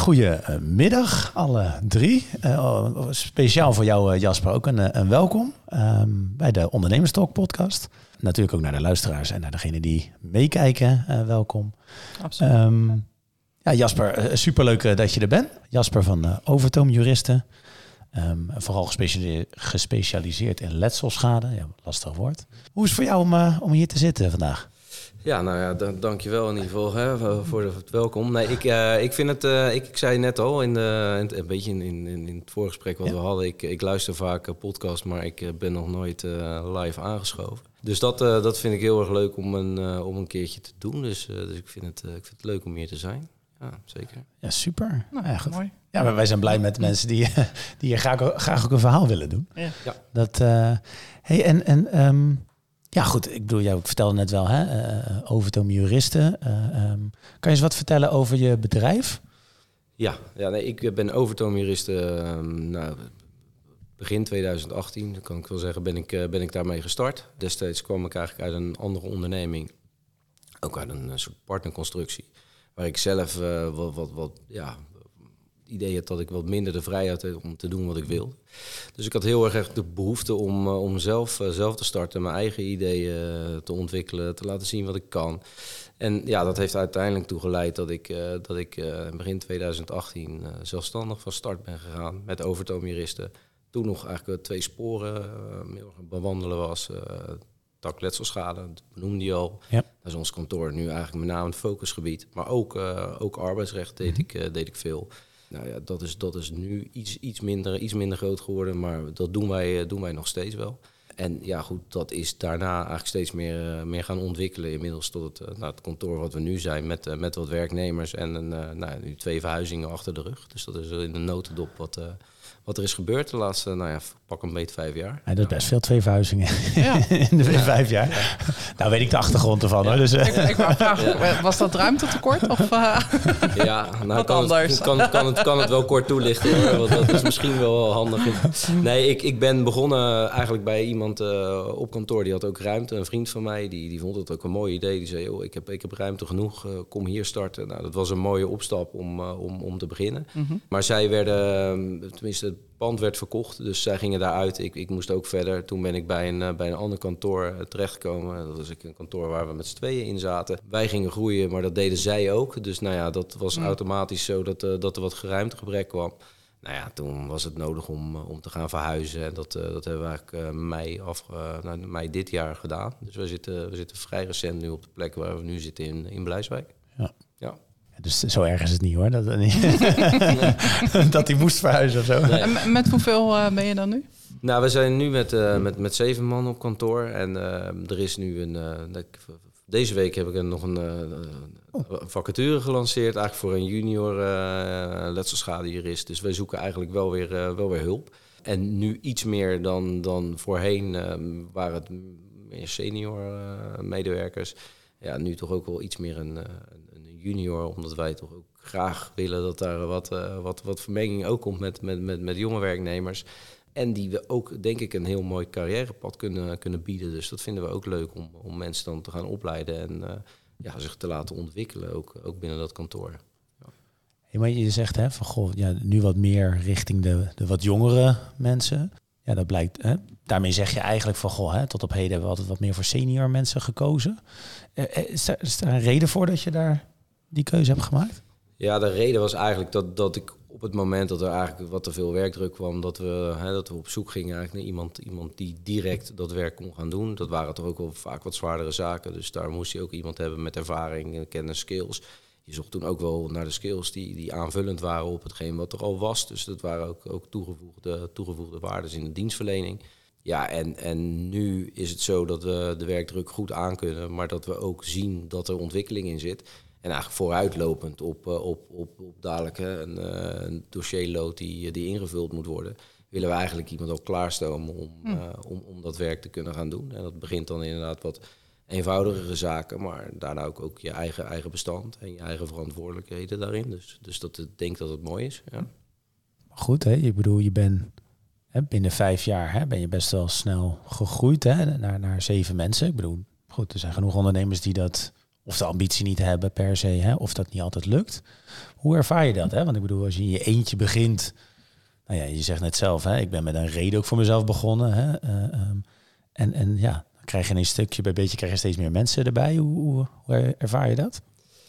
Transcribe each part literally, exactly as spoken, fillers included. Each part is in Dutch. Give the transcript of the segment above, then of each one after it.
goedemiddag, alle drie. Uh, speciaal voor jou, uh, Jasper, ook een, een welkom um, bij de Ondernemerstalk podcast. Natuurlijk ook naar de luisteraars en naar degenen die meekijken, uh, welkom. Absoluut. Um, ja, Jasper, uh, superleuk uh, dat je er bent. Jasper van uh, Overtoom Juristen. Um, vooral gespecialiseerd, gespecialiseerd in letselschade. Ja, lastig woord. Hoe is het voor jou om, uh, om hier te zitten vandaag? Ja, nou ja, d- dankjewel in ieder geval hè, voor het welkom. Nee, ik, uh, ik vind het, uh, ik, ik zei net al, in de, in, een beetje in, in, in het voorgesprek wat ja. we hadden, ik, ik luister vaak uh, podcasts, maar ik uh, ben nog nooit uh, live aangeschoven. Dus dat, uh, dat vind ik heel erg leuk om een, uh, om een keertje te doen. Dus, uh, dus ik, vind het, uh, ik vind het leuk om hier te zijn. Ja, zeker. Ja, super. Nou, ja, goed. Mooi. Ja, maar wij zijn blij met mensen die, die hier graag, graag ook een verhaal willen doen. Ja. Ja. Dat, uh, hey, en, en um, ja, goed, ik bedoel, jij vertelde net wel, hè, uh, Overtoom Juristen. Uh, um, kan je eens wat vertellen over je bedrijf? Ja, ja nee, ik ben Overtoom Juristen. Um, nou, begin twintig achttien, kan ik wel zeggen, ben ik, uh, ben ik daarmee gestart. Destijds kwam ik eigenlijk uit een andere onderneming, ook uit een uh, soort partnerconstructie, waar ik zelf uh, wat, wat, wat, ja, het idee had dat ik wat minder de vrijheid had om te doen wat ik wilde. Dus ik had heel erg echt de behoefte om, uh, om zelf, uh, zelf te starten, mijn eigen ideeën uh, te ontwikkelen, te laten zien wat ik kan. En ja, dat heeft uiteindelijk toe geleid dat ik, uh, dat ik uh, begin twintig achttien uh, zelfstandig van start ben gegaan met Overtoom Juristen. Toen nog eigenlijk twee sporen uh, bewandelen was. Uh, tak letselschade, dat benoemde je al. Ja. Dat is ons kantoor nu eigenlijk met name het focusgebied. Maar ook, uh, ook arbeidsrecht deed, mm-hmm. ik, uh, deed ik veel. Nou ja, dat is, dat is nu iets, iets, minder, iets minder groot geworden, maar dat doen wij, uh, doen wij nog steeds wel. En ja, goed, dat is daarna eigenlijk steeds meer, uh, meer gaan ontwikkelen. Inmiddels tot het, uh, nou, het kantoor wat we nu zijn met, uh, met wat werknemers en een, uh, nou, nu twee verhuizingen achter de rug. Dus dat is in de notendop wat, uh, wat er is gebeurd de laatste, nou ja, pak een beetje vijf jaar. Ja, dat is best veel, twee verhuizingen ja. in de ja. vijf jaar. Ja. Nou weet ik de achtergrond ervan. Ja. Hoor, dus, uh. ik, ik wou vragen, ja. was dat ruimtetekort of uh, ja, nou, wat kan anders? Het, kan, kan, het, kan het wel kort toelichten, hoor, want dat is misschien wel handig. Nee, ik, ik ben begonnen eigenlijk bij iemand uh, op kantoor, die had ook ruimte. Een vriend van mij, die, die vond het ook een mooi idee. Die zei, oh, ik, heb, ik heb ruimte genoeg, uh, kom hier starten. Nou, dat was een mooie opstap om, uh, om, om te beginnen. Mm-hmm. Maar zij werden, uh, tenminste het pand werd verkocht, dus zij gingen daaruit. Ik, ik moest ook verder. Toen ben ik bij een, uh, bij een ander kantoor uh, terechtgekomen. Dat was een kantoor waar we met z'n tweeën in zaten. Wij gingen groeien, maar dat deden zij ook. Dus nou ja, dat was mm. automatisch zo dat, uh, dat er wat ruimtegebrek kwam. Nou ja, toen was het nodig om, uh, om te gaan verhuizen. En dat, uh, dat hebben we eigenlijk uh, mei, af, uh, nou, mei dit jaar gedaan. Dus we zitten, we zitten vrij recent nu op de plek waar we nu zitten in, in Blijswijk. Ja. Ja. Dus zo erg is het niet hoor, dat, dat hij moest verhuizen of zo. Nee. En met hoeveel uh, ben je dan nu? Nou, we zijn nu met, uh, met, met zeven man op kantoor. En uh, er is nu een... Uh, deze week heb ik er nog een uh, oh. vacature gelanceerd. Eigenlijk voor een junior uh, letselschadejurist. Dus wij zoeken eigenlijk wel weer, uh, wel weer hulp. En nu iets meer dan, dan voorheen uh, waren het meer senior uh, medewerkers. Ja, nu toch ook wel iets meer een... Uh, junior, omdat wij toch ook graag willen dat daar wat, uh, wat, wat vermenging ook komt met, met, met, met jonge werknemers. En die we ook, denk ik, een heel mooi carrièrepad kunnen, kunnen bieden. Dus dat vinden we ook leuk om, om mensen dan te gaan opleiden en uh, ja, zich te laten ontwikkelen, ook, ook binnen dat kantoor. Ja. Hey, maar je zegt, hè, van goh, ja, nu wat meer richting de, de wat jongere mensen. Ja, dat blijkt. Hè? Daarmee zeg je eigenlijk van, goh, hè, tot op heden hebben we altijd wat meer voor senior mensen gekozen. Uh, is, er, is er een reden voor dat je daar die keuze hebt gemaakt? Ja, de reden was eigenlijk dat, dat ik op het moment dat er eigenlijk wat te veel werkdruk kwam, dat we, hè, dat we op zoek gingen eigenlijk naar iemand, iemand die direct dat werk kon gaan doen. Dat waren toch ook wel vaak wat zwaardere zaken. Dus daar moest je ook iemand hebben met ervaring, kennis, skills. Je zocht toen ook wel naar de skills die, die aanvullend waren op hetgeen wat er al was. Dus dat waren ook, ook toegevoegde, toegevoegde waarden in de dienstverlening. Ja, en, en nu is het zo dat we de werkdruk goed aankunnen, maar dat we ook zien dat er ontwikkeling in zit. En eigenlijk vooruitlopend op, op, op, op dadelijk hè, een, een dossierlood die, die ingevuld moet worden, willen we eigenlijk iemand ook klaarstomen om, hm. uh, om, om dat werk te kunnen gaan doen. En dat begint dan inderdaad wat eenvoudigere zaken, maar daarna ook, ook je eigen, eigen bestand en je eigen verantwoordelijkheden daarin. Dus, dus dat ik denk dat het mooi is. Ja. Goed, hè? Ik bedoel, je bent hè, binnen vijf jaar hè, ben je best wel snel gegroeid hè, naar, naar zeven mensen. Ik bedoel, goed, er zijn genoeg ondernemers die dat of de ambitie niet hebben per se, hè, of dat niet altijd lukt. Hoe ervaar je dat? Hè? Want ik bedoel, als je in je eentje begint, nou ja, je zegt net zelf, hè, ik ben met een reden ook voor mezelf begonnen. Hè, uh, um, en, en ja, dan krijg je een stukje bij beetje, krijg je steeds meer mensen erbij. Hoe, hoe, hoe ervaar je dat?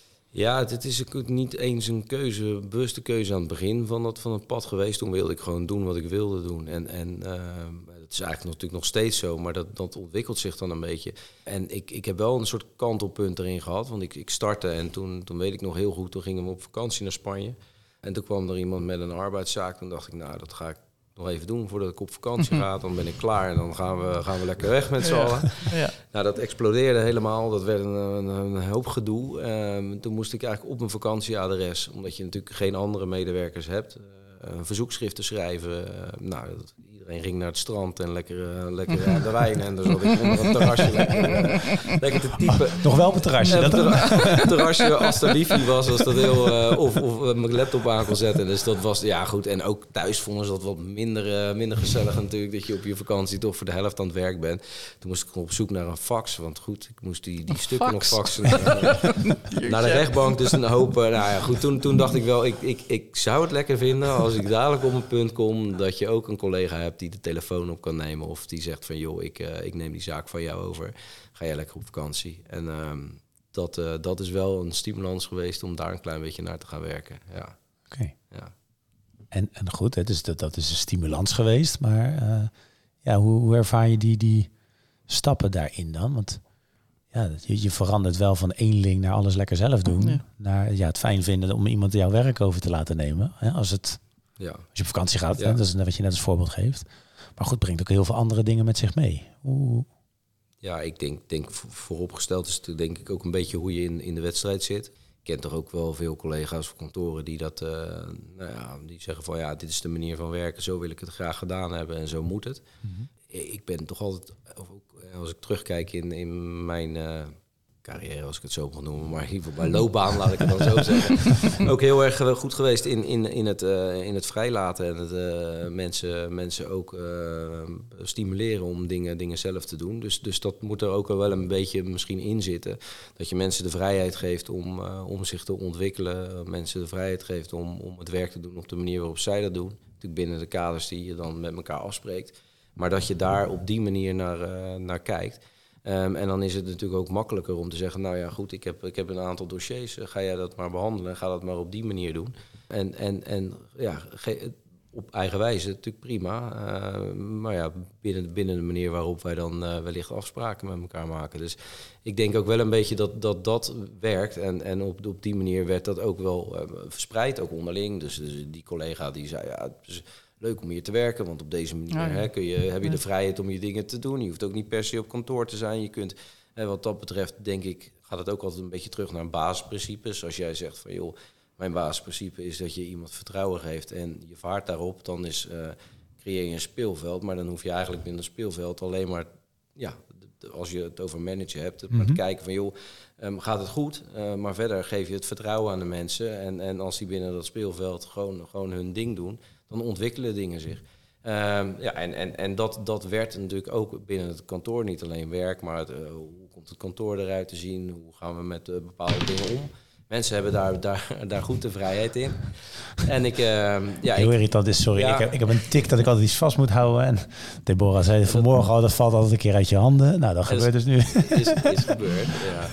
Ja, het is niet eens een keuze, een bewuste keuze aan het begin van, dat, van het pad geweest. Toen wilde ik gewoon doen wat ik wilde doen. En, en uh, het is eigenlijk natuurlijk nog steeds zo, maar dat, dat ontwikkelt zich dan een beetje. En ik, ik heb wel een soort kantelpunt erin gehad, want ik, ik startte en toen, toen weet ik nog heel goed, toen gingen we op vakantie naar Spanje. En toen kwam er iemand met een arbeidszaak. Toen dacht ik, nou, dat ga ik nog even doen voordat ik op vakantie ga. Dan ben ik klaar en dan gaan we, gaan we lekker weg met z'n ja. allen. Ja. Nou, dat explodeerde helemaal. Dat werd een, een, een hoop gedoe. Um, toen moest ik eigenlijk op mijn vakantieadres, omdat je natuurlijk geen andere medewerkers hebt, uh, een verzoekschrift te schrijven. Uh, nou, dat, iedereen ging naar het strand en lekker, uh, lekker aan de wijn. En dan zat ik onder een terrasje lekker, uh, lekker te typen. Oh, nog wel op het terrasje? Uh, dat ter- terrasje, als er wifi was, was dat heel... Uh, of, of uh, mijn laptop aan kon zetten. Dus dat was, ja goed. En ook thuis vonden ze dat wat minder, uh, minder gezellig natuurlijk. Dat je op je vakantie toch voor de helft aan het werk bent. Toen moest ik op zoek naar een fax. Want goed, ik moest die, die stukken fax. nog faxen naar, naar de rechtbank. Dus een hoop... Uh, nou ja, goed. Toen, toen dacht ik wel, ik, ik, ik zou het lekker vinden als ik dadelijk op een punt kom dat je ook een collega hebt die de telefoon op kan nemen. Of die zegt van, joh, ik, uh, ik neem die zaak van jou over. Ga jij lekker op vakantie. En um, dat, uh, dat is wel een stimulans geweest om daar een klein beetje naar te gaan werken. Ja. Oké. Okay. Ja. En, en goed, hè, dus dat, dat is een stimulans geweest. Maar uh, ja, hoe, hoe ervaar je die, die stappen daarin dan? Want ja, je, je verandert wel van eenling naar alles lekker zelf doen. Ja. Naar ja, het fijn vinden om iemand jouw werk over te laten nemen. Hè, als, het, ja. als je op vakantie gaat, ja. hè, dat is wat je net als voorbeeld geeft. Maar goed, brengt ook heel veel andere dingen met zich mee. Hoe... Ja, ik denk, denk vooropgesteld is het denk ik ook een beetje hoe je in, in de wedstrijd zit. Ik ken toch ook wel veel collega's of kantoren die dat, uh, nou ja, die zeggen van ja, dit is de manier van werken, zo wil ik het graag gedaan hebben en zo moet het. Mm-hmm. Ik ben toch altijd, als ik terugkijk in, in mijn uh, carrière, als ik het zo mag noemen, maar in ieder geval mijn loopbaan, laat ik het dan zo zeggen, ook heel erg goed geweest in, in, in, het, uh, in het vrijlaten en het uh, mensen, mensen ook uh, stimuleren om dingen, dingen zelf te doen. Dus, dus dat moet er ook wel een beetje misschien in zitten. Dat je mensen de vrijheid geeft om, uh, om zich te ontwikkelen. Uh, mensen de vrijheid geeft om, om het werk te doen op de manier waarop zij dat doen. Natuurlijk binnen de kaders die je dan met elkaar afspreekt. Maar dat je daar op die manier naar, uh, naar kijkt. Um, en dan is het natuurlijk ook makkelijker om te zeggen, nou ja goed, ik heb, ik heb een aantal dossiers, uh, ga jij dat maar behandelen, ga dat maar op die manier doen. En, en, en ja, ge- op eigen wijze natuurlijk prima, uh, maar ja, binnen, binnen de manier waarop wij dan uh, wellicht afspraken met elkaar maken. Dus ik denk ook wel een beetje dat dat, dat werkt en, en op, op die manier werd dat ook wel uh, verspreid, ook onderling. Dus, dus die collega die zei, ja, dus, leuk om hier te werken, want op deze manier oh, ja. hè, kun je, heb je de vrijheid om je dingen te doen. Je hoeft ook niet per se op kantoor te zijn. Je kunt, hè, wat dat betreft, denk ik, gaat het ook altijd een beetje terug naar basisprincipes. Als jij zegt van, joh, mijn basisprincipe is dat je iemand vertrouwen geeft en je vaart daarop, dan is uh, creëer je een speelveld. Maar dan hoef je eigenlijk binnen een speelveld alleen maar, ja, als je het over managen hebt, mm-hmm. maar te kijken van, joh, um, gaat het goed? Uh, maar verder geef je het vertrouwen aan de mensen. En, en als die binnen dat speelveld gewoon, gewoon hun ding doen, dan ontwikkelen dingen zich. Um, ja, en en, en dat, dat werd natuurlijk ook binnen het kantoor niet alleen werk, maar het, uh, hoe komt het kantoor eruit te zien? Hoe gaan we met uh, bepaalde dingen om? Mensen hebben daar, daar, daar goed de vrijheid in. En ik, uh, ja, Heel ik, irritant is, sorry. Ja. Ik, heb, ik heb een tik dat ik altijd iets vast moet houden. En Deborah zei vanmorgen al, dat valt altijd een keer uit je handen. Nou, dat gebeurt is, dus nu. Is, is gebeurd, ja.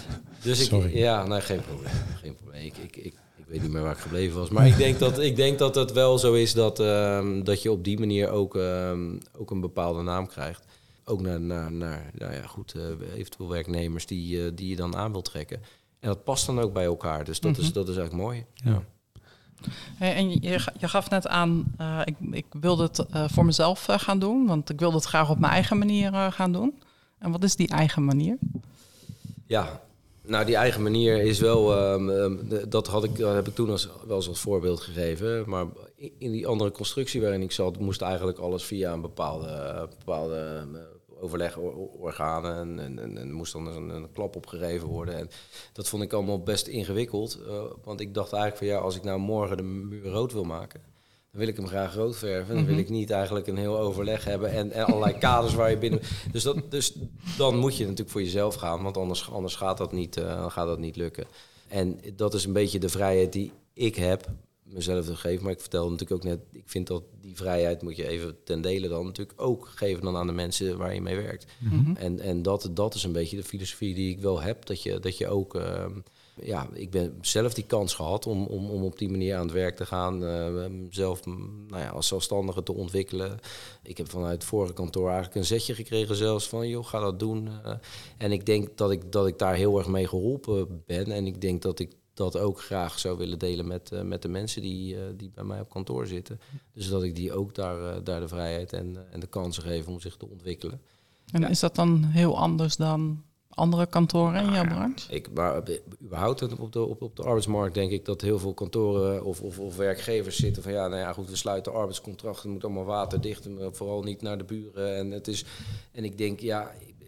Dus sorry. ik, ja, nee, geen probleem. Geen probleem. Ik, ik, ik, ik weet niet meer waar ik gebleven was. Maar ik denk dat, ik denk dat het wel zo is dat, um, dat je op die manier ook, um, ook een bepaalde naam krijgt. Ook naar, naar, naar nou ja, goed, uh, eventueel werknemers die, uh, die je dan aan wilt trekken. En dat past dan ook bij elkaar. Dus dat, mm-hmm. is, dat is eigenlijk mooi. Ja. Ja. Hey, en je, je gaf net aan, uh, ik, ik wilde het uh, voor mezelf uh, gaan doen. Want ik wilde het graag op mijn eigen manier uh, gaan doen. En wat is die eigen manier? Ja, nou die eigen manier is wel... Um, um, dat had ik, uh, heb ik toen als, wel eens als voorbeeld gegeven. Maar in, in die andere constructie waarin ik zat, moest eigenlijk alles via een bepaalde... Uh, bepaalde uh, overlegorganen en, en, en, en moest dan een, een klap opgegeven worden. En dat vond ik allemaal best ingewikkeld. Uh, want ik dacht eigenlijk van ja, als ik nou morgen de muur rood wil maken, dan wil ik hem graag rood verven. Dan mm-hmm. wil ik niet eigenlijk een heel overleg hebben en, en allerlei kaders waar je binnen... Dus, dat, dus dan moet je natuurlijk voor jezelf gaan, want anders, anders gaat, dat niet, uh, gaat dat niet lukken. En dat is een beetje de vrijheid die ik heb, mezelf te geven. Maar ik vertelde natuurlijk ook net, ik vind dat die vrijheid moet je even ten dele dan natuurlijk ook geven dan aan de mensen waar je mee werkt. Mm-hmm. En, en dat, dat is een beetje de filosofie die ik wel heb, dat je, dat je ook... Uh, ja, ik ben zelf die kans gehad om, om, om op die manier aan het werk te gaan. Uh, zelf nou ja, als zelfstandige te ontwikkelen. Ik heb vanuit het vorige kantoor eigenlijk een zetje gekregen zelfs van, joh, ga dat doen. Uh, en ik denk dat ik, dat ik daar heel erg mee geholpen ben. En ik denk dat ik dat ook graag zou willen delen met, uh, met de mensen die, uh, die bij mij op kantoor zitten. Dus dat ik die ook daar, uh, daar de vrijheid en, uh, en de kansen geef om zich te ontwikkelen. En ja. Is dat dan heel anders dan andere kantoren in jouw branche? Ik, maar überhaupt op de, op, op de arbeidsmarkt denk ik dat heel veel kantoren of, of, of werkgevers zitten van ja, nou ja, goed, we sluiten arbeidscontracten, het moet allemaal waterdicht, vooral niet naar de buren. En het is, en ik denk, ja,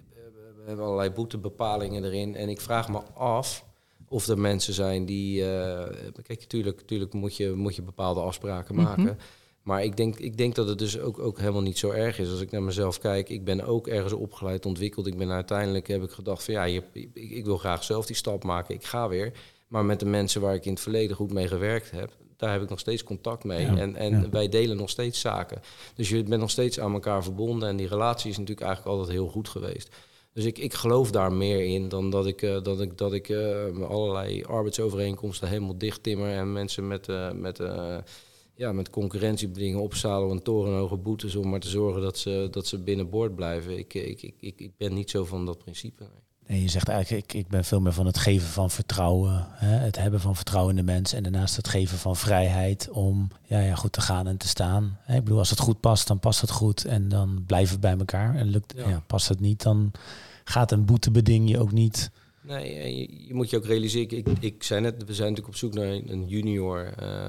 we hebben allerlei boetebepalingen erin. En ik vraag me af of er mensen zijn die, uh, kijk, tuurlijk, tuurlijk moet je, moet je bepaalde afspraken maken. Mm-hmm. Maar ik denk, ik denk dat het dus ook, ook helemaal niet zo erg is. Als ik naar mezelf kijk, ik ben ook ergens opgeleid, ontwikkeld. Ik ben uiteindelijk, heb ik gedacht van ja, je, ik, ik wil graag zelf die stap maken. Ik ga weer. Maar met de mensen waar ik in het verleden goed mee gewerkt heb, daar heb ik nog steeds contact mee. Ja, en en ja. wij delen nog steeds zaken. Dus je bent nog steeds aan elkaar verbonden. En die relatie is natuurlijk eigenlijk altijd heel goed geweest. Dus ik, ik geloof daar meer in dan dat ik, uh, dat ik, dat ik uh, allerlei arbeidsovereenkomsten helemaal dicht timmer en mensen met... Uh, met uh, Ja, met concurrentiebedingen opzalen en torenhoge boetes om maar te zorgen dat ze, dat ze binnenboord blijven. Ik, ik, ik, ik ben niet zo van dat principe. Nee. Nee, je zegt eigenlijk, ik, ik ben veel meer van het geven van vertrouwen. Hè, het hebben van vertrouwen in de mens. En daarnaast het geven van vrijheid om ja, ja, goed te gaan en te staan. Hè, ik bedoel, als het goed past, dan past het goed. En dan blijven we bij elkaar. En lukt, ja. Ja, past het niet, dan gaat een boetebeding je ook niet... Nee, je, je moet je ook realiseren. Ik, ik zei net, we zijn natuurlijk op zoek naar een junior... Uh,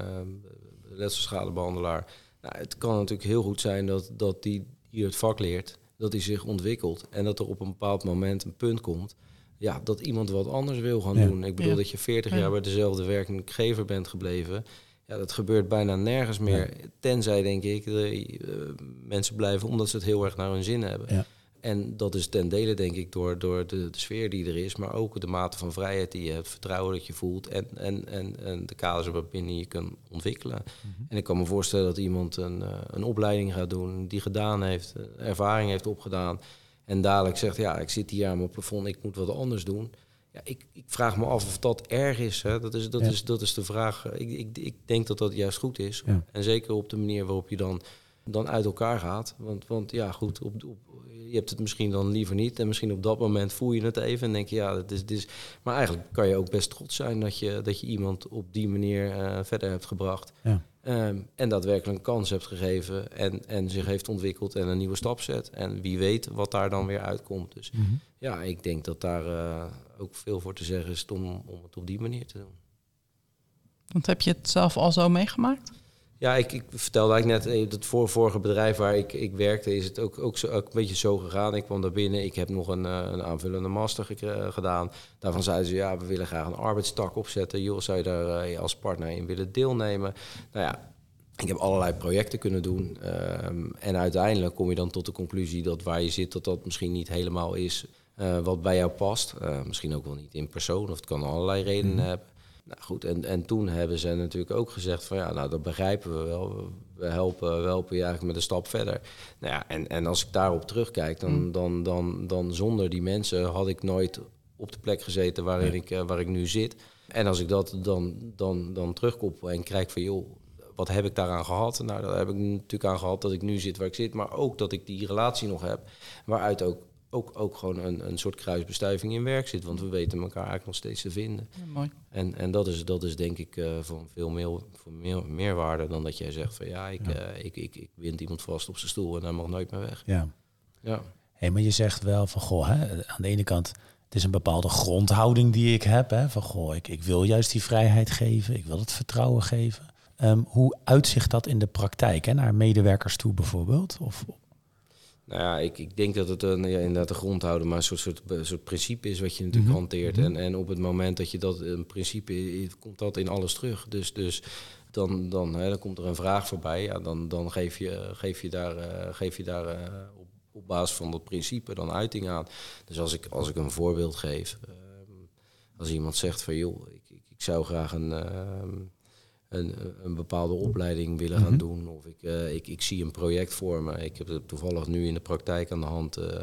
letselschadebehandelaar. Nou, het kan natuurlijk heel goed zijn dat, dat die hier het vak leert, dat hij zich ontwikkelt en dat er op een bepaald moment een punt komt, ja, dat iemand wat anders wil gaan ja. doen. Ik bedoel ja. dat je veertig ja. jaar bij dezelfde werkgever bent gebleven. Ja, dat gebeurt bijna nergens meer. Ja. Tenzij, denk ik, de, uh, mensen blijven omdat ze het heel erg naar hun zin hebben. Ja. En dat is ten dele, denk ik, door, door de, de sfeer die er is, maar ook de mate van vrijheid die je hebt, vertrouwen dat je voelt en, en, en, en de kaders waarbinnen je kan ontwikkelen. Mm-hmm. En ik kan me voorstellen dat iemand een, uh, een opleiding gaat doen, die gedaan heeft, ervaring heeft opgedaan en dadelijk zegt, ja, ik zit hier aan mijn plafond, ik moet wat anders doen. Ja, ik, ik vraag me af of dat erg is. Hè. Dat is, dat ja. is, dat is de vraag. Ik, ik, ik denk dat dat juist goed is. Ja. En zeker op de manier waarop je dan, dan uit elkaar gaat. Want, want ja, goed, op, op, je hebt het misschien dan liever niet. En misschien op dat moment voel je het even en denk je, ja, dat is, dit is... Maar eigenlijk kan je ook best trots zijn dat je, dat je iemand op die manier uh, verder hebt gebracht. Ja. Um, en daadwerkelijk een kans hebt gegeven en, en zich heeft ontwikkeld en een nieuwe stap zet. En wie weet wat daar dan weer uitkomt. Dus mm-hmm. ja, ik denk dat daar uh, ook veel voor te zeggen is om, om het op die manier te doen. Want heb je het zelf al zo meegemaakt? Ja, ik, ik vertelde eigenlijk net, het voor, vorige bedrijf waar ik, ik werkte, is het ook, ook, zo, ook een beetje zo gegaan. Ik kwam daar binnen, ik heb nog een, een aanvullende master gekre- gedaan. Daarvan zeiden ze, ja, we willen graag een arbeidstak opzetten. Joh, zou je daar uh, als partner in willen deelnemen? Nou ja, ik heb allerlei projecten kunnen doen. Um, en uiteindelijk kom je dan tot de conclusie dat waar je zit, dat dat misschien niet helemaal is uh, wat bij jou past. Uh, misschien ook wel niet in persoon, of het kan allerlei redenen mm. hebben. Nou goed, en, en toen hebben ze natuurlijk ook gezegd van ja, nou dat begrijpen we wel. We helpen, we helpen je eigenlijk met een stap verder. Nou ja, en, en als ik daarop terugkijk, dan, mm. dan, dan, dan zonder die mensen had ik nooit op de plek gezeten waarin nee. ik, uh, waar ik nu zit. En als ik dat dan, dan, dan terugkoppel en krijg van joh, wat heb ik daaraan gehad? Nou, daar heb ik natuurlijk aan gehad dat ik nu zit waar ik zit, maar ook dat ik die relatie nog heb, waaruit ook Ook, ook gewoon een, een soort kruisbestuiving in werk zit. Want we weten elkaar eigenlijk nog steeds te vinden. Ja, mooi. En, en dat, is, dat is denk ik uh, van veel meer, voor meer, meerwaarde dan dat jij zegt van ja, ik, ja. Uh, ik, ik, ik wind iemand vast op zijn stoel en hij mag nooit meer weg. Ja. Ja. Hey, maar je zegt wel van goh, hè, aan de ene kant, het is een bepaalde grondhouding die ik heb. Hè, van goh, ik, ik wil juist die vrijheid geven, ik wil het vertrouwen geven. Um, hoe uitzicht dat in de praktijk, hè, naar medewerkers toe bijvoorbeeld? Of Nou ja, ik, ik denk dat het een, ja, inderdaad een grondhouden, maar een soort, soort, soort principe is wat je natuurlijk mm-hmm. hanteert. En, en op het moment dat je dat een principe, komt dat in alles terug. Dus, dus dan, dan, hè, dan komt er een vraag voorbij. Ja, dan, dan geef je, geef je daar, uh, geef je daar uh, op, op basis van dat principe dan uiting aan. Dus als ik, als ik een voorbeeld geef, uh, als iemand zegt van joh, ik, ik, ik zou graag een, uh, een, een bepaalde opleiding willen gaan mm-hmm. doen. Of ik, uh, ik, ik zie een project voor me. Ik heb het toevallig nu in de praktijk aan de hand. Uh,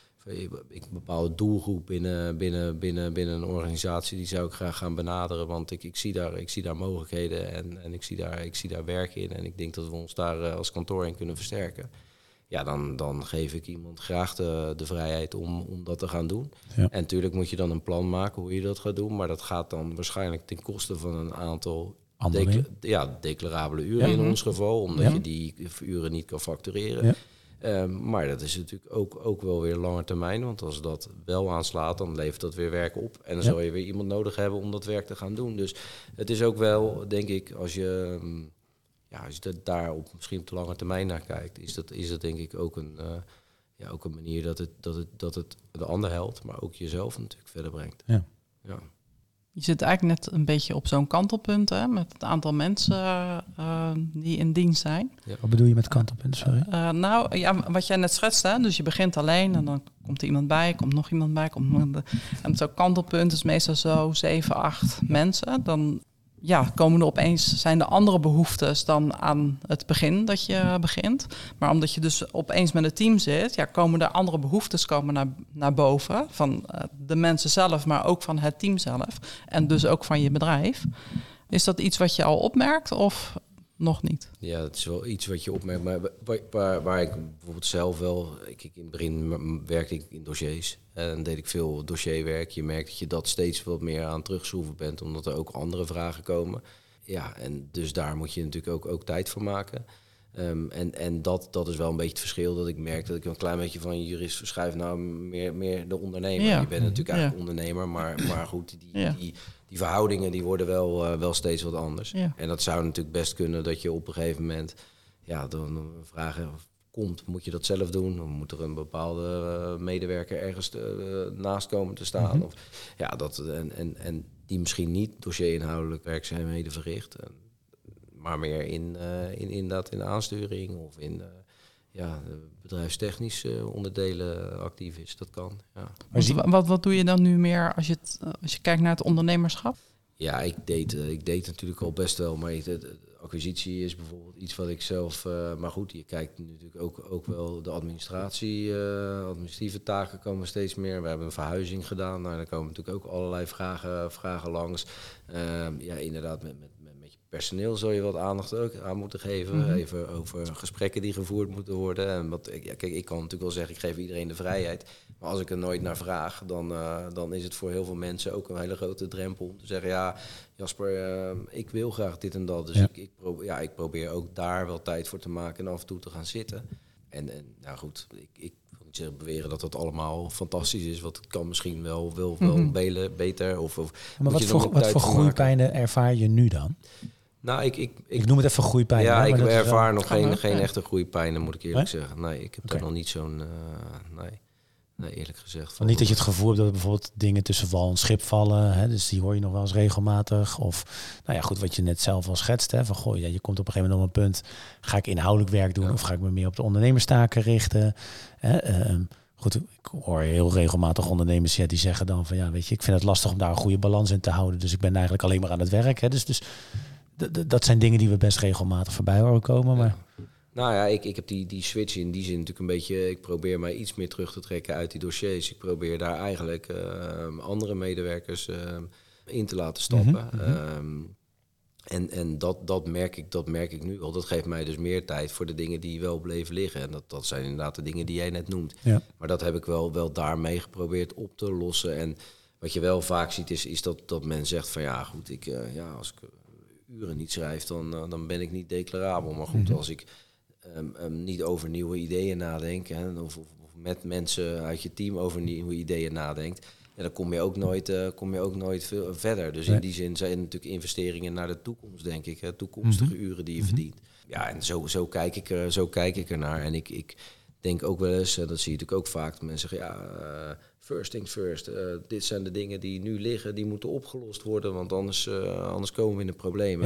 ik een bepaalde doelgroep binnen, binnen, binnen, binnen een organisatie, die zou ik graag gaan benaderen. Want ik, ik, zie, daar, ik zie daar mogelijkheden en, en ik, zie daar, ik zie daar werk in. En ik denk dat we ons daar uh, als kantoor in kunnen versterken. Ja, dan, dan geef ik iemand graag de, de vrijheid om, om dat te gaan doen. Ja. En natuurlijk moet je dan een plan maken hoe je dat gaat doen. Maar dat gaat dan waarschijnlijk ten koste van een aantal decla- ja, declarabele uren ja. in ons geval. Omdat ja. je die uren niet kan factureren. Ja. Um, maar dat is natuurlijk ook, ook wel weer lange termijn. Want als dat wel aanslaat, dan levert dat weer werk op. En dan ja. zal je weer iemand nodig hebben om dat werk te gaan doen. Dus het is ook wel, denk ik, als je... Um, Ja, als je daar op misschien op de lange termijn naar kijkt, is dat, is dat denk ik ook een, uh, ja, ook een manier dat het, dat, het, dat het de ander helpt, maar ook jezelf natuurlijk verder brengt. Ja. Ja. Je zit eigenlijk net een beetje op zo'n kantelpunt, hè, met het aantal mensen uh, die in dienst zijn. Ja. Wat bedoel je met kantelpunt, sorry? Uh, uh, nou, ja, wat jij net schetste, hè, dus je begint alleen en dan komt er iemand bij, komt nog iemand bij. Komt nog... En zo'n kantelpunt is meestal zo zeven, acht mensen. Dan ja, komen er opeens, zijn er andere behoeftes dan aan het begin dat je begint. Maar omdat je dus opeens met het team zit, ja, komen er andere behoeftes komen naar, naar boven. Van uh, de mensen zelf, maar ook van het team zelf. En dus ook van je bedrijf. Is dat iets wat je al opmerkt of nog niet? Ja, dat is wel iets wat je opmerkt. Maar waar, waar, waar ik bijvoorbeeld zelf wel... Ik, ik in het begin werkte ik in dossiers. En deed ik veel dossierwerk. Je merkt dat je dat steeds wat meer aan terugschroeven bent, omdat er ook andere vragen komen. Ja, en dus daar moet je natuurlijk ook, ook tijd voor maken. Um, en en dat, dat is wel een beetje het verschil, dat ik merk dat ik een klein beetje van jurist verschuif naar meer, meer de ondernemer. Ja. Je bent natuurlijk eigenlijk ja. ondernemer, maar, maar goed, die, ja. die, die verhoudingen die worden wel, uh, wel steeds wat anders. Ja. En dat zou natuurlijk best kunnen dat je op een gegeven moment ja, dan vragen komt, moet je dat zelf doen? Of moet er een bepaalde uh, medewerker ergens te, uh, naast komen te staan? Mm-hmm. Of, ja, dat, en, en, en die misschien niet dossierinhoudelijk werkzaamheden verricht, en, maar meer in, uh, in, inderdaad in de aansturing of in uh, ja, bedrijfstechnische onderdelen actief is. Dat kan, ja. Wat, wat, wat doe je dan nu meer als je, het, als je kijkt naar het ondernemerschap? Ja, ik deed, uh, ik deed natuurlijk al best wel, maar het, het, acquisitie is bijvoorbeeld iets wat ik zelf... Uh, maar goed, je kijkt natuurlijk ook, ook wel de administratie, uh, administratieve taken komen steeds meer. We hebben een verhuizing gedaan, nou, daar komen natuurlijk ook allerlei vragen, vragen langs. Uh, ja, inderdaad, met, met, met je personeel zou je wat aandacht ook aan moeten geven. Mm-hmm. Even over gesprekken die gevoerd moeten worden. En wat, ja, kijk, ik kan natuurlijk wel zeggen, ik geef iedereen de vrijheid. Maar als ik er nooit naar vraag, dan, uh, dan is het voor heel veel mensen ook een hele grote drempel om te zeggen, ja, Jasper, uh, ik wil graag dit en dat. Dus ja. Ik, ik, probeer, ja, ik probeer ook daar wel tijd voor te maken en af en toe te gaan zitten. En, en nou goed, ik, ik wil niet zeggen beweren dat dat allemaal fantastisch is. Want het kan misschien wel, wel, wel mm-hmm. belen, beter. Of, of maar wat voor, wat voor groeipijnen ervaar je nu dan? Nou, ik, ik, ik, ik noem het even groeipijnen. Ja, hè, ik ervaar wel... nog geen, geen ja. echte groeipijnen, moet ik eerlijk nee? zeggen. Nee, ik heb okay. daar nog niet zo'n... Uh, nee. Nee, eerlijk gezegd. Van niet dat je het gevoel hebt dat er bijvoorbeeld dingen tussen wal en schip vallen. Hè, dus die hoor je nog wel eens regelmatig. Of, nou ja, goed, wat je net zelf al schetst. Hè, van, goh, ja, je komt op een gegeven moment op een punt. Ga ik inhoudelijk werk doen ja. of ga ik me meer op de ondernemerstaken richten? Hè, um, goed, ik hoor heel regelmatig ondernemers ja, die zeggen dan van... ja, weet je, ik vind het lastig om daar een goede balans in te houden. Dus ik ben eigenlijk alleen maar aan het werk. Hè, dus, dus d- d- dat zijn dingen die we best regelmatig voorbij horen komen. Maar... Ja. Nou ja, ik, ik heb die, die switch in die zin natuurlijk een beetje... Ik probeer mij iets meer terug te trekken uit die dossiers. Ik probeer daar eigenlijk uh, andere medewerkers uh, in te laten stappen. Mm-hmm. Um, en en dat, dat, merk ik, dat merk ik nu al. Dat geeft mij dus meer tijd voor de dingen die wel bleven liggen. En dat, dat zijn inderdaad de dingen die jij net noemt. Ja. Maar dat heb ik wel, wel daarmee geprobeerd op te lossen. En wat je wel vaak ziet is, is dat, dat men zegt van... ja, goed, ik, uh, ja, als ik uren niet schrijf, dan, uh, dan ben ik niet declarabel. Maar goed, mm-hmm. als ik... Um, um, niet over nieuwe ideeën nadenken, hè, of, of, of met mensen uit je team over nieuwe ideeën nadenkt, ja, dan kom je ook nooit, uh, kom je ook nooit veel verder. Dus nee. in die zin zijn natuurlijk investeringen naar de toekomst, denk ik, hè, toekomstige mm-hmm. uren die je mm-hmm. verdient. Ja, en zo, zo, kijk ik er, zo kijk ik er naar. En ik, ik denk ook wel eens, uh, dat zie je natuurlijk ook vaak, dat mensen zeggen, ja, uh, first things first. Uh, dit zijn de dingen die nu liggen, die moeten opgelost worden, want anders, uh, anders komen we in de problemen. Ja.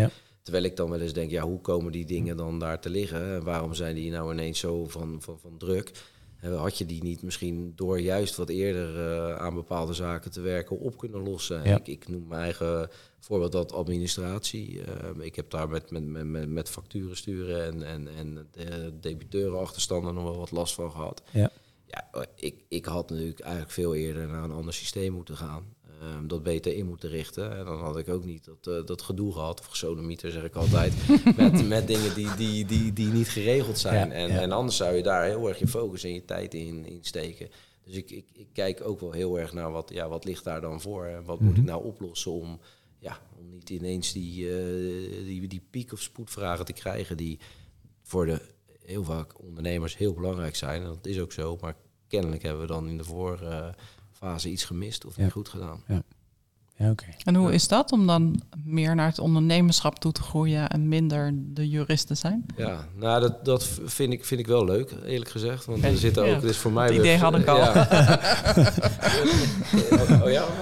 Terwijl ik dan wel eens denk, ja, hoe komen die dingen dan daar te liggen? En waarom zijn die nou ineens zo van, van, van druk? En had je die niet misschien door juist wat eerder uh, aan bepaalde zaken te werken op kunnen lossen? Ja. Ik, ik noem mijn eigen voorbeeld dat administratie. Uh, ik heb daar met, met, met, met facturen sturen en, en, en de debiteurenachterstanden nog wel wat last van gehad. Ja. Ja, ik, ik had natuurlijk eigenlijk veel eerder naar een ander systeem moeten gaan. Um, dat beter in moeten richten. En dan had ik ook niet dat, uh, dat gedoe gehad, of gesodemieter zeg ik altijd, met, met dingen die, die, die, die niet geregeld zijn. Ja, en, ja. en anders zou je daar heel erg je focus en je tijd in, in steken. Dus ik, ik, ik kijk ook wel heel erg naar wat, ja, wat ligt daar dan voor. En wat Mm-hmm. moet ik nou oplossen om, ja, om niet ineens die, uh, die, die piek of spoedvragen te krijgen die voor de heel vaak ondernemers heel belangrijk zijn. En dat is ook zo, maar kennelijk hebben we dan in de voorfase iets gemist of Ja. niet goed gedaan. Ja. Ja, oké. Okay. En hoe is dat om dan meer naar het ondernemerschap toe te groeien en minder de jurist te zijn? Ja, nou dat, dat vind ik, vind ik wel leuk, eerlijk gezegd. Want er zitten ook, Ja, het is voor mij... het idee weer, had ik al. Ja. oh ja?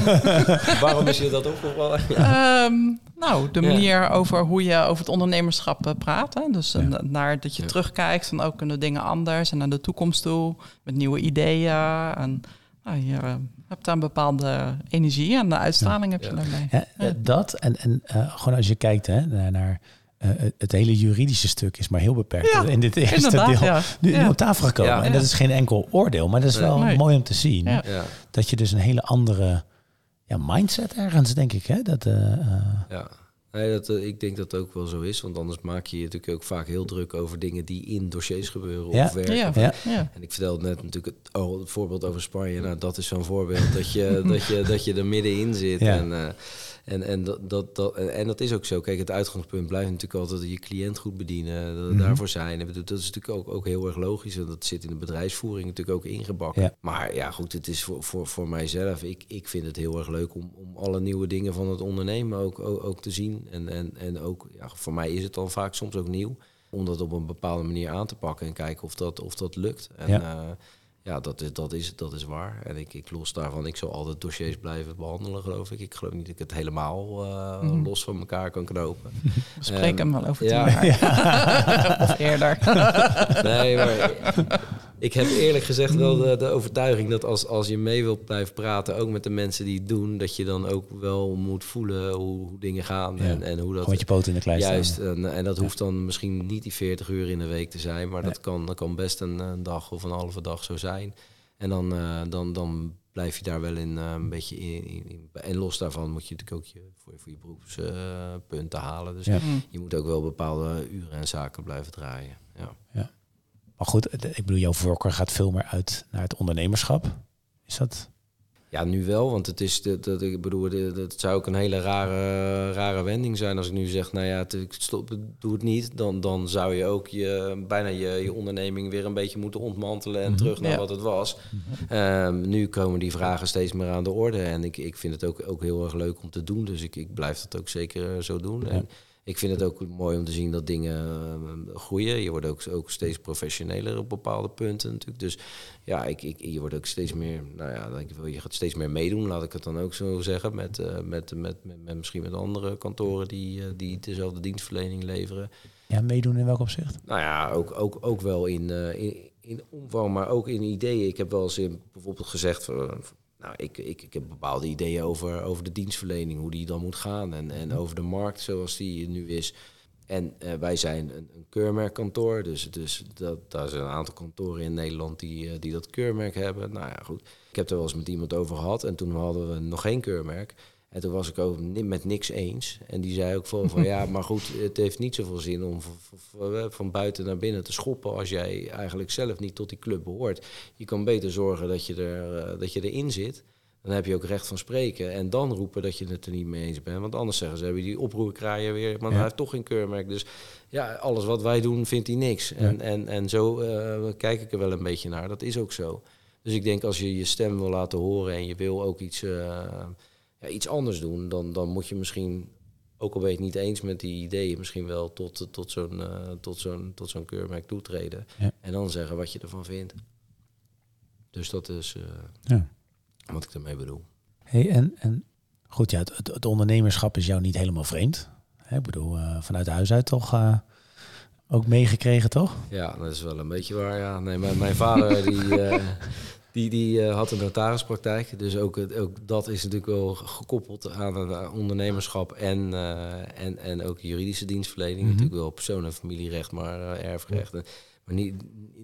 Waarom is je dat opgevallen? Um, nou, de manier ja. over hoe je over het ondernemerschap uh, praat. Hè? Dus uh, Ja. naar dat je Ja. terugkijkt van ook kunnen dingen anders en naar de toekomst toe met nieuwe ideeën. En nou, je uh, hebt daar een bepaalde energie en de uitstraling ja. heb je Ja. daarbij. Ja, Ja. Dat en, en uh, gewoon als je kijkt hè, naar... naar Uh, het hele juridische stuk is maar heel beperkt Ja, in dit eerste deel ja. nu, Ja. nu op tafel gekomen. Ja. En dat is geen enkel oordeel, maar dat is Nee. wel Nee. mooi om te zien. Ja. Ja. Dat je dus een hele andere ja, mindset ergens, denk ik. Hè? Dat, uh, uh, Ja. Nee, dat, uh, ik denk dat het ook wel zo is. Want anders maak je je natuurlijk ook vaak heel druk over dingen die in dossiers gebeuren Ja. of werken. Ja. ja. Ja. En ik vertelde net natuurlijk het, oh, het voorbeeld over Spanje. Nou, dat is zo'n voorbeeld dat je, dat je, dat je er middenin zit. Ja. En, uh, en, en, dat, dat, dat, en dat is ook zo. Kijk, het uitgangspunt blijft natuurlijk altijd je cliënt goed bedienen. Dat Mm-hmm. daarvoor zijn. Dat is natuurlijk ook, ook heel erg logisch. En dat zit in de bedrijfsvoering natuurlijk ook ingebakken. Ja. Maar ja, goed, het is voor, voor, voor mijzelf. Ik, ik vind het heel erg leuk om, om alle nieuwe dingen van het ondernemen ook, ook, ook te zien. En, en, en ook, ja, voor mij is het dan vaak soms ook nieuw. Om dat op een bepaalde manier aan te pakken en kijken of dat, of dat lukt. En Ja. uh, ja, dat is, dat, is, dat is waar. En ik, ik los daarvan, ik zal altijd dossiers blijven behandelen, geloof ik. Ik geloof niet dat ik het helemaal uh, Mm. los van elkaar kan knopen. We spreken Um, hem wel over ja. tien jaar. Ja. Of eerder. Nee, maar ik heb eerlijk gezegd wel de, de overtuiging dat als, als je mee wilt blijven praten, ook met de mensen die het doen, dat je dan ook wel moet voelen hoe, hoe dingen gaan. Ja. En, en hoe dat... Gewoon met je poten in de klei Juist, staan. en, en dat Ja. hoeft dan misschien niet die veertig uur in de week te zijn, maar Nee. dat, kan, dat kan best een, een dag of een halve dag zo zijn. En dan, uh, dan, dan blijf je daar wel in uh, een beetje in, in, in. En los daarvan moet je natuurlijk ook je, voor, voor je beroepspunten uh, halen. Dus Ja. Mm. je moet ook wel bepaalde uren en zaken blijven draaien. Ja. Maar goed, ik bedoel, jouw voorkeur gaat veel meer uit naar het ondernemerschap. Is dat... Ja, nu wel, want het is, dat, dat, ik bedoel, het, het zou ook een hele rare, rare wending zijn als ik nu zeg, nou ja, het, ik stop, doe het niet. Dan, dan zou je ook je, bijna je, je onderneming weer een beetje moeten ontmantelen en Mm-hmm. terug naar Ja. wat het was. Um, nu komen die vragen steeds meer aan de orde en ik, ik vind het ook, ook heel erg leuk om te doen. Dus ik, ik blijf dat ook zeker zo doen. Ja. En ik vind het ook mooi om te zien dat dingen uh, groeien. Je wordt ook, ook steeds professioneler op bepaalde punten natuurlijk. Dus ja, ik, ik, je wordt ook steeds meer, nou ja, denk ik wel, je gaat steeds meer meedoen, laat ik het dan ook zo zeggen. Met, uh, met, met, met, met misschien met andere kantoren die, uh, die dezelfde dienstverlening leveren. Ja, meedoen in welk opzicht? Nou ja, ook, ook, ook wel in, uh, in, in omvang, maar ook in ideeën. Ik heb wel eens in, bijvoorbeeld gezegd, uh, nou, ik, ik, ik heb bepaalde ideeën over, over de dienstverlening, hoe die dan moet gaan. En, en over de markt zoals die nu is. En uh, wij zijn een, een keurmerkkantoor, dus, dus dat, daar zijn een aantal kantoren in Nederland die, uh, die dat keurmerk hebben. Nou ja, goed. Ik heb er wel eens met iemand over gehad en toen hadden we nog geen keurmerk. En toen was ik ook met niks eens. En die zei ook van, van ja, maar goed, het heeft niet zoveel zin om van, van, van buiten naar binnen te schoppen als jij eigenlijk zelf niet tot die club behoort. Je kan beter zorgen dat je, er, uh, dat je erin zit. Dan heb je ook recht van spreken. En dan roepen dat je het er niet mee eens bent. Want anders zeggen ze, hebben die oproerkraaien weer. Maar ja. hij heeft toch geen keurmerk. Dus ja, alles wat wij doen, vindt hij niks. Ja. En, en, en zo uh, kijk ik er wel een beetje naar. Dat is ook zo. Dus ik denk, als je je stem wil laten horen en je wil ook iets, uh, ja, iets anders doen, dan, dan moet je misschien, ook al ben je het niet eens met die ideeën, misschien wel tot, tot zo'n uh, tot zo'n, tot zo'n keurmerk toetreden. Ja. En dan zeggen wat je ervan vindt. Dus dat is... Uh, ja. Wat ik ermee bedoel. Hey, en, en goed, ja, het, het ondernemerschap is jou niet helemaal vreemd. ik bedoel, uh, vanuit huis uit toch uh, ook meegekregen, toch? Ja, dat is wel een beetje waar, ja. Nee, mijn, mijn vader die, uh, die, die uh, had een notarispraktijk. Dus ook, ook dat is natuurlijk wel gekoppeld aan een ondernemerschap en, uh, en, en ook juridische dienstverlening. Mm-hmm. Natuurlijk wel persoon- en familierecht, maar uh, erfrecht. Ja. Maar niet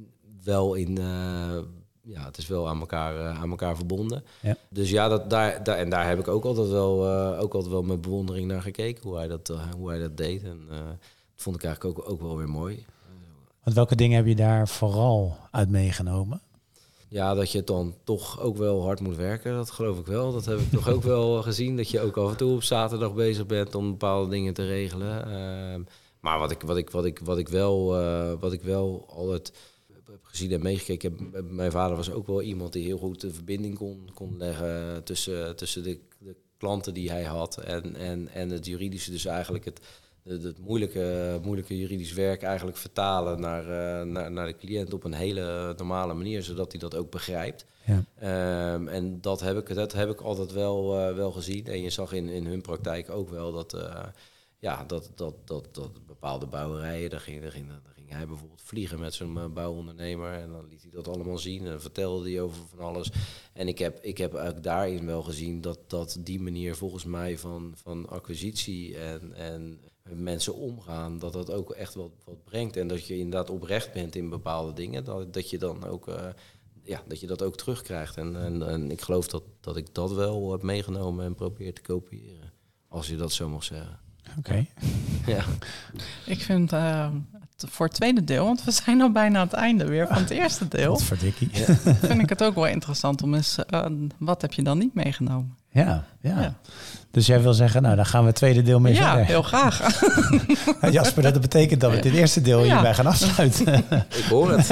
wel in... Uh, ja, het is wel aan elkaar, uh, aan elkaar verbonden. Ja. Dus ja, dat, daar, daar, en daar heb ik ook altijd wel, uh, ook altijd wel met bewondering naar gekeken, hoe hij dat, uh, hoe hij dat deed. En uh, dat vond ik eigenlijk ook, ook wel weer mooi. Want welke dingen heb je daar vooral uit meegenomen? Ja, dat je dan toch ook wel hard moet werken, dat geloof ik wel. Dat heb ik toch ook wel gezien, dat je ook af en toe op zaterdag bezig bent om bepaalde dingen te regelen. Uh, maar wat ik, wat ik, wat ik, wat ik wel, uh, wat ik wel altijd... gezien en meegekeken heb, mijn vader was ook wel iemand die heel goed de verbinding kon, kon leggen tussen, tussen de, de klanten die hij had en, en, en het juridische. Dus eigenlijk het, het, het moeilijke, moeilijke juridisch werk eigenlijk vertalen naar, uh, naar, naar de cliënt op een hele normale manier, zodat hij dat ook begrijpt. Ja. Um, en dat heb ik, dat heb ik altijd wel, uh, wel gezien. En je zag in, in hun praktijk ook wel dat, uh, ja, dat, dat, dat, dat bepaalde bouwerijen, daar ging, daar ging, daar ging hij bijvoorbeeld vliegen met zijn uh, bouwondernemer en dan liet hij dat allemaal zien en vertelde hij over van alles. En ik heb, ik heb ook daarin wel gezien dat, dat die manier volgens mij van, van acquisitie en, en mensen omgaan, dat dat ook echt wat, wat brengt. En dat je inderdaad oprecht bent in bepaalde dingen, dat, dat je dan ook... Uh, ja, dat je dat ook terugkrijgt. En, en, en ik geloof dat, dat ik dat wel heb meegenomen en probeer te kopiëren. Als je dat zo mag zeggen. Oké. Okay. Ja. Ik vind uh, het voor het tweede deel, want we zijn al bijna aan het einde weer van het eerste deel. Wat verdikkie. Ja. Vind ik het ook wel interessant om eens, uh, wat heb je dan niet meegenomen? Ja, ja, ja. Dus jij wil zeggen, nou, dan gaan we het tweede deel mee ja, verder. Ja, heel graag. Nou, Jasper, dat betekent dat we dit eerste deel ja. hierbij gaan afsluiten. Ik hoor het.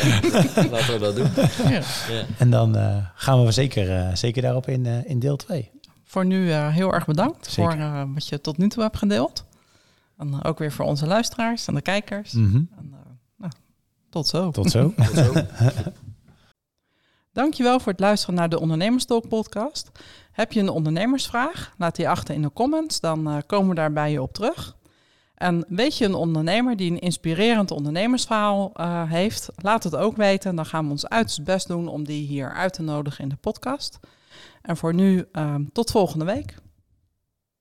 Ja. Laten we dat doen. Ja. Ja. En dan uh, gaan we zeker, uh, zeker daarop in, uh, in deel twee. Voor nu uh, heel erg bedankt zeker. voor uh, wat je tot nu toe hebt gedeeld. En uh, ook weer voor onze luisteraars en de kijkers. Mm-hmm. En, uh, nou, tot zo. Tot zo. Tot zo. Dankjewel voor het luisteren naar de Ondernemerstalk podcast. Heb je een ondernemersvraag? Laat die achter in de comments, dan uh, komen we daar bij je op terug. En weet je een ondernemer die een inspirerend ondernemersverhaal uh, heeft? Laat het ook weten. Dan gaan we ons uiterst best doen om die hier uit te nodigen in de podcast. En voor nu, uh, tot volgende week.